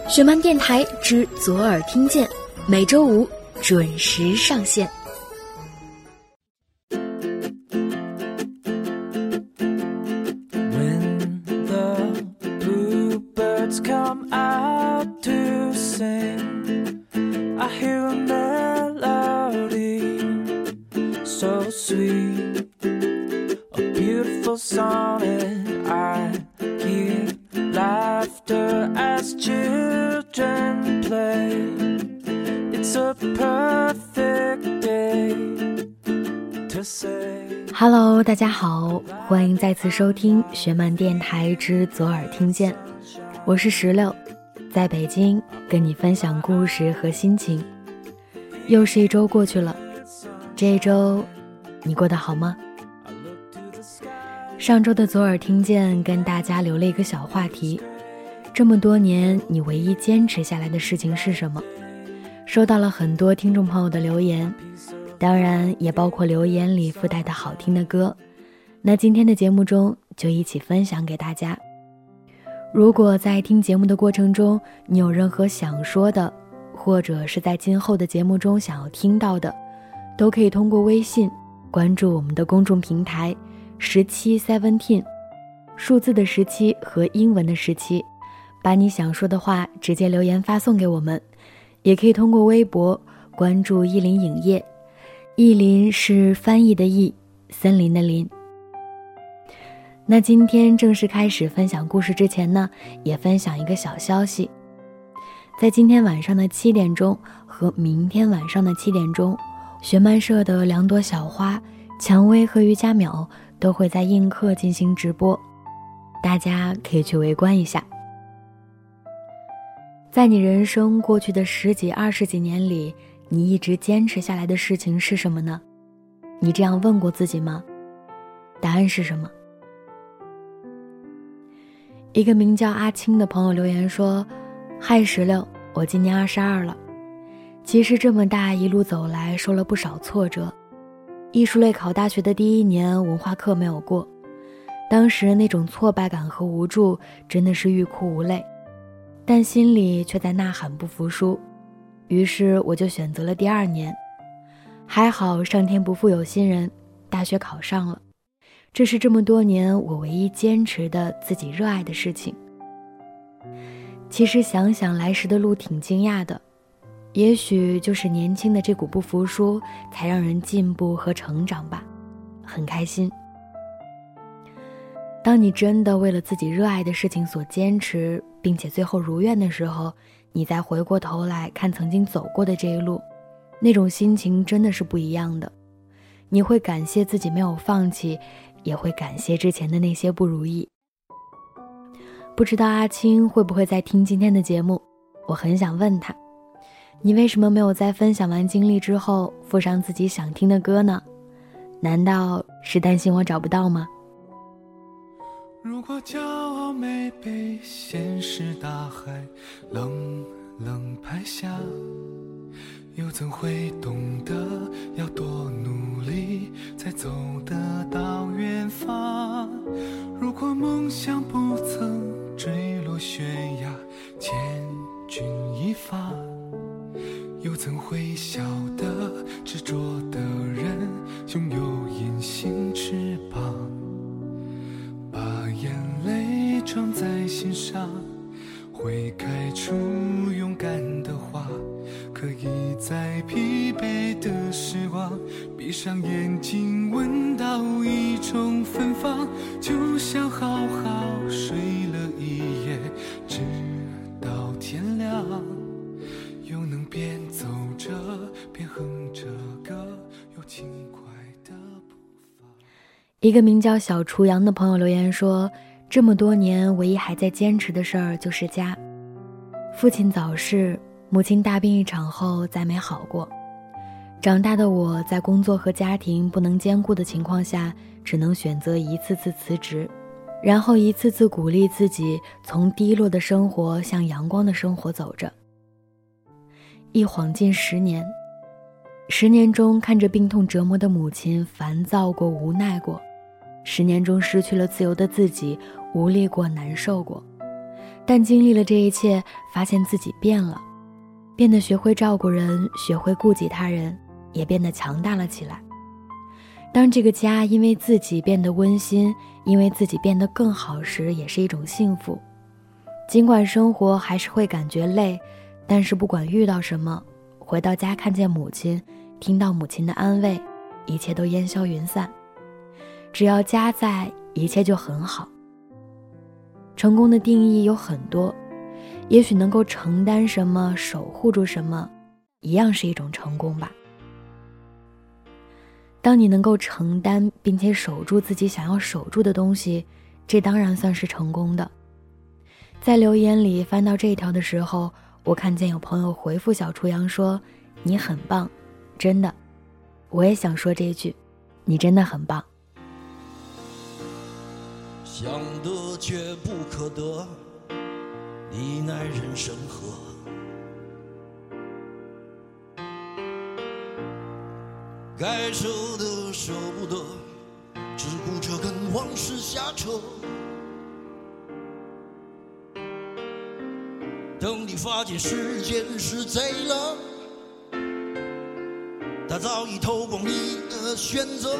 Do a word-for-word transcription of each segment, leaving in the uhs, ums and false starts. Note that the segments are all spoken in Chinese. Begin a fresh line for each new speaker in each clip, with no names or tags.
雪漫电台之左耳听见，每周五准时上线。
Hello， 大家好，欢迎再次收听雪漫电台之左耳听见，我是石榴，在北京跟你分享故事和心情。又是一周过去了，这一周你过得好吗？上周的左耳听见跟大家留了一个小话题，这么多年你唯一坚持下来的事情是什么？收到了很多听众朋友的留言，当然也包括留言里附带的好听的歌，那今天的节目中就一起分享给大家。如果在听节目的过程中你有任何想说的，或者是在今后的节目中想要听到的，都可以通过微信关注我们的公众平台十七 seventeen， 数字的十七和英文的十七，把你想说的话直接留言发送给我们，也可以通过微博关注意林影业，意林是翻译的意，森林的林。那今天正式开始分享故事之前呢，也分享一个小消息。在今天晚上的七点钟和明天晚上的七点钟，学漫社的两朵小花蔷薇和瑜伽淼都会在映客进行直播，大家可以去围观一下。在你人生过去的十几二十几年里，你一直坚持下来的事情是什么呢？你这样问过自己吗？答案是什么？一个名叫阿青的朋友留言说，嗨石榴，我今年二十二了。其实这么大一路走来受了不少挫折，艺术类考大学的第一年文化课没有过，当时那种挫败感和无助真的是欲哭无泪，但心里却在呐喊不服输，于是我就选择了第二年。还好上天不负有心人，大学考上了，这是这么多年我唯一坚持的自己热爱的事情。其实想想来时的路挺惊讶的，也许就是年轻的这股不服输才让人进步和成长吧，很开心。当你真的为了自己热爱的事情所坚持，并且最后如愿的时候，你再回过头来看曾经走过的这一路，那种心情真的是不一样的。你会感谢自己没有放弃，也会感谢之前的那些不如意。不知道阿青会不会在听今天的节目，我很想问他，你为什么没有在分享完经历之后附上自己想听的歌呢？难道是担心我找不到吗？
如果骄傲没被现实大海冷冷拍下，又怎会懂得要多努力才走得到远方？如果梦想不曾坠落悬崖千钧一发，又怎会晓得执着的人拥有隐形翅膀？把眼泪装在心上，会开出勇敢的花，可以在疲惫的时光闭上眼睛闻到一种芬芳，就像好好睡了一夜直到天亮，又能边走着边哼着歌，有轻快的步伐。
一个名叫小厨阳的朋友留言说，这么多年唯一还在坚持的事儿就是家。父亲早逝，母亲大病一场后再没好过，长大的我在工作和家庭不能兼顾的情况下，只能选择一次次辞职，然后一次次鼓励自己从低落的生活向阳光的生活走着。一晃近十年，十年中看着病痛折磨的母亲烦躁过无奈过，十年中失去了自由的自己无力过难受过， 但经历了这一切，发现自己变了，变得学会照顾人，学会顾及他人，也变得强大了起来。当这个家因为自己变得温馨，因为自己变得更好时，也是一种幸福。尽管生活还是会感觉累，但是不管遇到什么，回到家看见母亲，听到母亲的安慰，一切都烟消云散。只要家在，一切就很好。成功的定义有很多，也许能够承担什么，守护住什么，一样是一种成功吧。当你能够承担并且守住自己想要守住的东西，这当然算是成功的。在留言里翻到这一条的时候，我看见有朋友回复小雏羊说，你很棒，真的。我也想说这句，你真的很棒。
想得却不可得，你奈人生何？该舍的舍不得，只顾着跟往事瞎扯。等你发现时间是贼了，他早已偷光你的选择。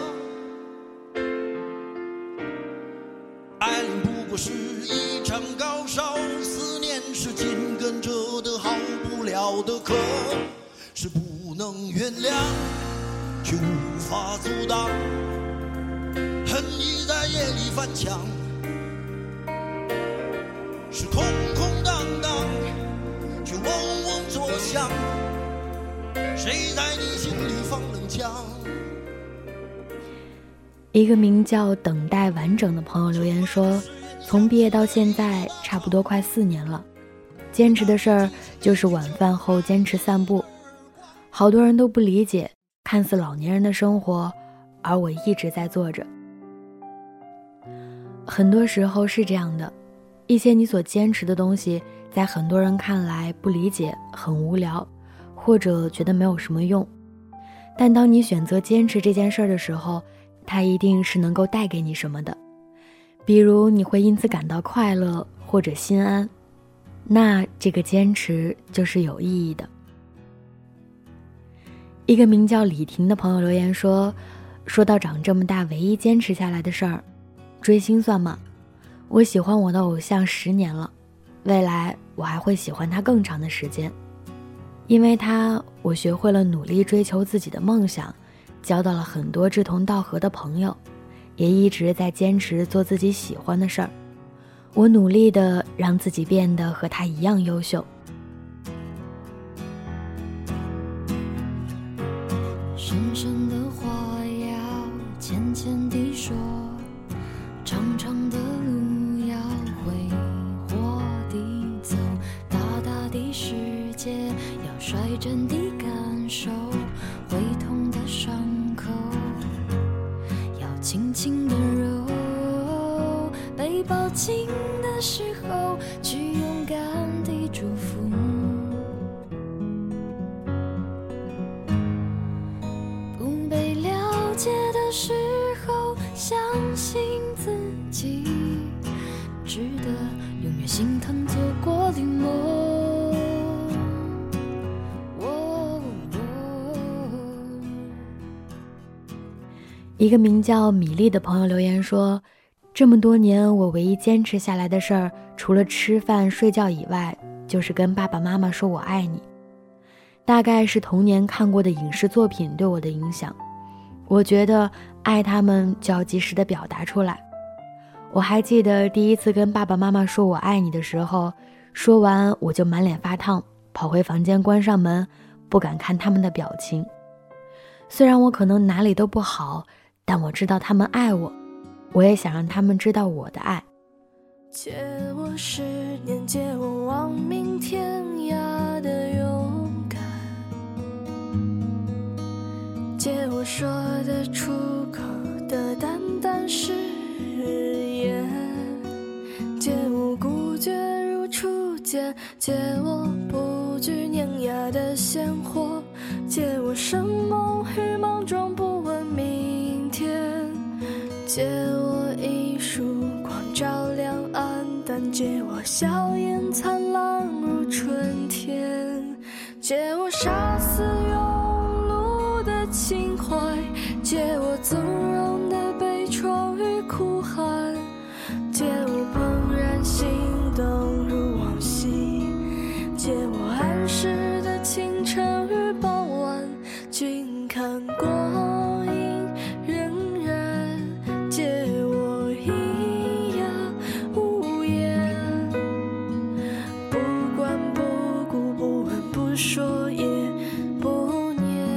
爱恋不过是一场高烧，思念是紧跟着的好不了的渴，是不能原谅却无法阻挡，恨意在夜里翻墙，是空空荡荡却嗡嗡作响，谁在你心里放冷枪？
一个名叫等待完整的朋友留言说，从毕业到现在差不多快四年了，坚持的事儿就是晚饭后坚持散步。好多人都不理解看似老年人的生活，而我一直在做着。很多时候是这样的，一些你所坚持的东西在很多人看来不理解，很无聊，或者觉得没有什么用，但当你选择坚持这件事的时候，它一定是能够带给你什么的。比如你会因此感到快乐或者心安，那这个坚持就是有意义的。一个名叫李婷的朋友留言说，说到长这么大唯一坚持下来的事儿，追星算吗？我喜欢我的偶像十年了，未来我还会喜欢他更长的时间。因为他，我学会了努力追求自己的梦想，交到了很多志同道合的朋友，也一直在坚持做自己喜欢的事儿。我努力地让自己变得和他一样优秀。
深深的话要浅浅地说，长长的路要挥霍地走，大大的世界要率真地感受，会痛的伤口要轻轻地揉，被抱紧的时候去勇敢地祝福，不被了解的时候相信自己值得，永远心疼错过的梦。
一个名叫米粒的朋友留言说，这么多年我唯一坚持下来的事儿，除了吃饭睡觉以外，就是跟爸爸妈妈说我爱你。大概是童年看过的影视作品对我的影响，我觉得爱他们就要及时地表达出来。我还记得第一次跟爸爸妈妈说我爱你的时候，说完我就满脸发烫，跑回房间关上门，不敢看他们的表情。虽然我可能哪里都不好，但我知道他们爱我，我也想让他们知道我的爱。
借我十年，借我亡命天涯的勇敢，借我说得出口的淡淡誓言，借我孤绝如初见，借我不惧碾压的鲜活，借我生梦与莽撞不问明天，借我一束光照亮暗淡借我笑颜灿烂如春天，借我杀死庸碌的情怀，借我纵容的悲怆与哭喊，借我怦然心动如往昔，借我安适的清晨与傍晚，君看光阴荏苒，借我咿呀无言，不管不顾不问不说也不念，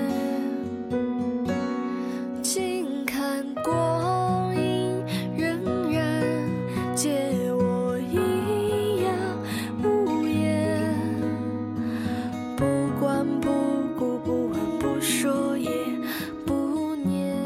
静看光阴荏苒，借我咿呀无言，不管不顾不问不说也不念。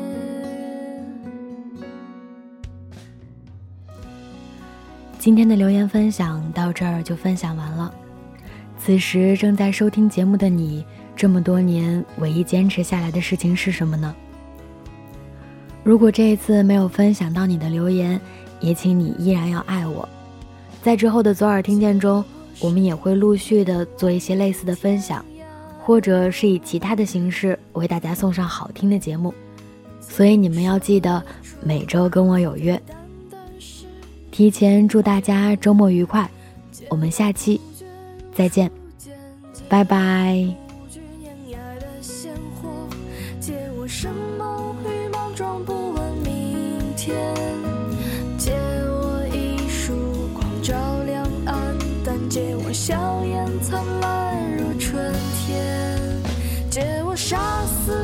今天的留言分享到这儿就分享完了。此时正在收听节目的你，这么多年唯一坚持下来的事情是什么呢？如果这一次没有分享到你的留言，也请你依然要爱我。在之后的左耳听见中，我们也会陆续的做一些类似的分享，或者是以其他的形式为大家送上好听的节目。所以你们要记得每周跟我有约。提前祝大家周末愉快，我们下期再见，拜拜。
借我生猛与莽撞，不问明天，借我一束光照亮暗淡，借我笑颜灿烂如春天，借我杀死